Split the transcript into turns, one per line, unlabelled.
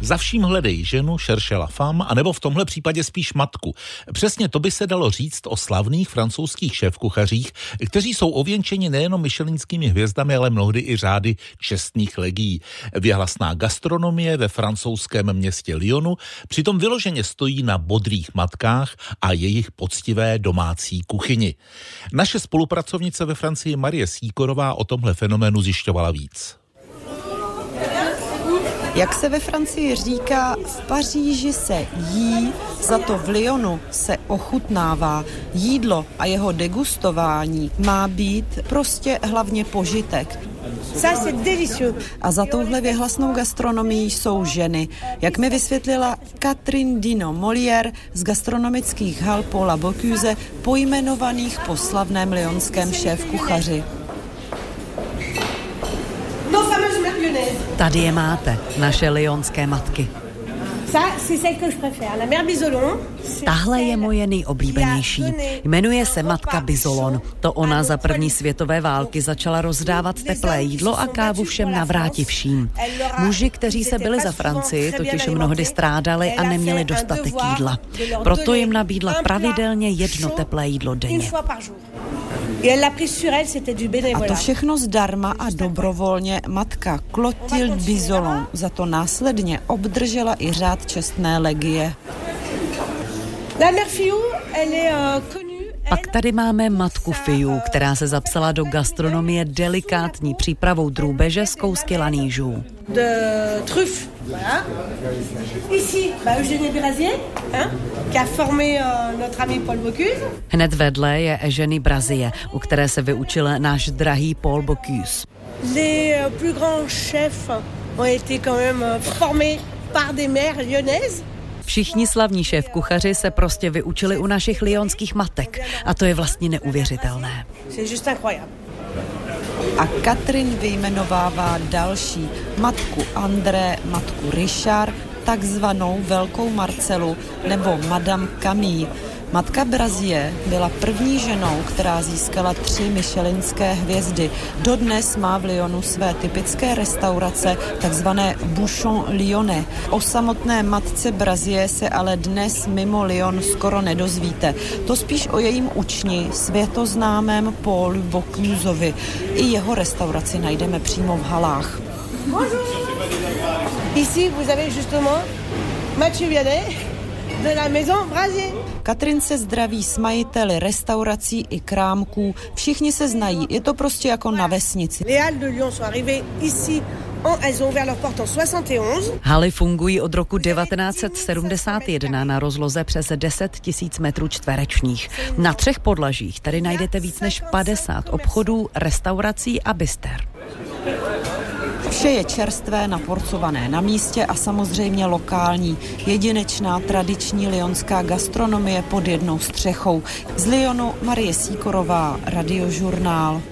Za vším hledej ženu, cherche la femme, anebo v tomhle případě spíš matku. Přesně to by se dalo říct o slavných francouzských šéfkuchařích, kteří jsou ověnčeni nejenom michelinskými hvězdami, ale mnohdy i řády čestných legií. Věhlasná gastronomie ve francouzském městě Lyonu přitom vyloženě stojí na bodrých matkách a jejich poctivé domácí kuchyni. Naše spolupracovnice ve Francii Marie Sýkorová o tomhle fenoménu zjišťovala víc.
Jak se ve Francii říká, v Paříži se jí, za to v Lyonu se ochutnává. Jídlo a jeho degustování má být prostě hlavně požitek. A za touhle věhlasnou gastronomií jsou ženy. Jak mi vysvětlila Catherine Dino Molière z gastronomických hal Paula Bocuse, pojmenovaných po slavném lyonském šéfkuchaři.
Tady je máte, naše lyonské matky. Tahle je moje nejoblíbenější. Jmenuje se matka Bizolon. To ona za první světové války začala rozdávat teplé jídlo a kávu všem navrátivším. Muži, kteří se byli za Francii, totiž mnohdy strádali a neměli dostatek jídla. Proto jim nabídla pravidelně jedno teplé jídlo denně.
A to všechno zdarma a dobrovolně matka Clotilde Bizolon za to následně obdržela i řád čestné legie.
Pak tady máme matku Fiu, která se zapsala do gastronomie delikátní přípravou drůbeže z kousky lanížů. Hned vedle je Eugénie Brazier, u které se vyučil náš drahý Paul Bocuse.
Les plus grands chefs ont été quand même formés par des mères lyonnaises.
Všichni slavní šéfkuchaři se prostě vyučili u našich lyonských matek. A to je vlastně neuvěřitelné.
A Catherine vyjmenovává další. Matku André, matku Richard, takzvanou Velkou Marcelu nebo Madame Camille. Matka Brazier byla první ženou, která získala 3 michelinské hvězdy. Dodnes má v Lyonu své typické restaurace, takzvané Bouchon Lyonnais. O samotné matce Brazier se ale dnes mimo Lyon skoro nedozvíte. To spíš o jejím učni, světoznámém Paulu Bocusovi. I jeho restauraci najdeme přímo v halách.
Ici vous avez justement Mathieu Vianney de la Maison Brazier.
Catherine se zdraví s majiteli restaurací i krámků. Všichni se znají, je to prostě jako na vesnici.
Haly fungují od roku 1971 na rozloze přes 10 000 metrů čtverečních. Na 3 podlažích tady najdete víc než 50 obchodů, restaurací a bister.
Vše je čerstvé, naporcované na místě a samozřejmě lokální. Jedinečná tradiční lyonská gastronomie pod jednou střechou. Z Lyonu Marie Sýkorová, Radiožurnál.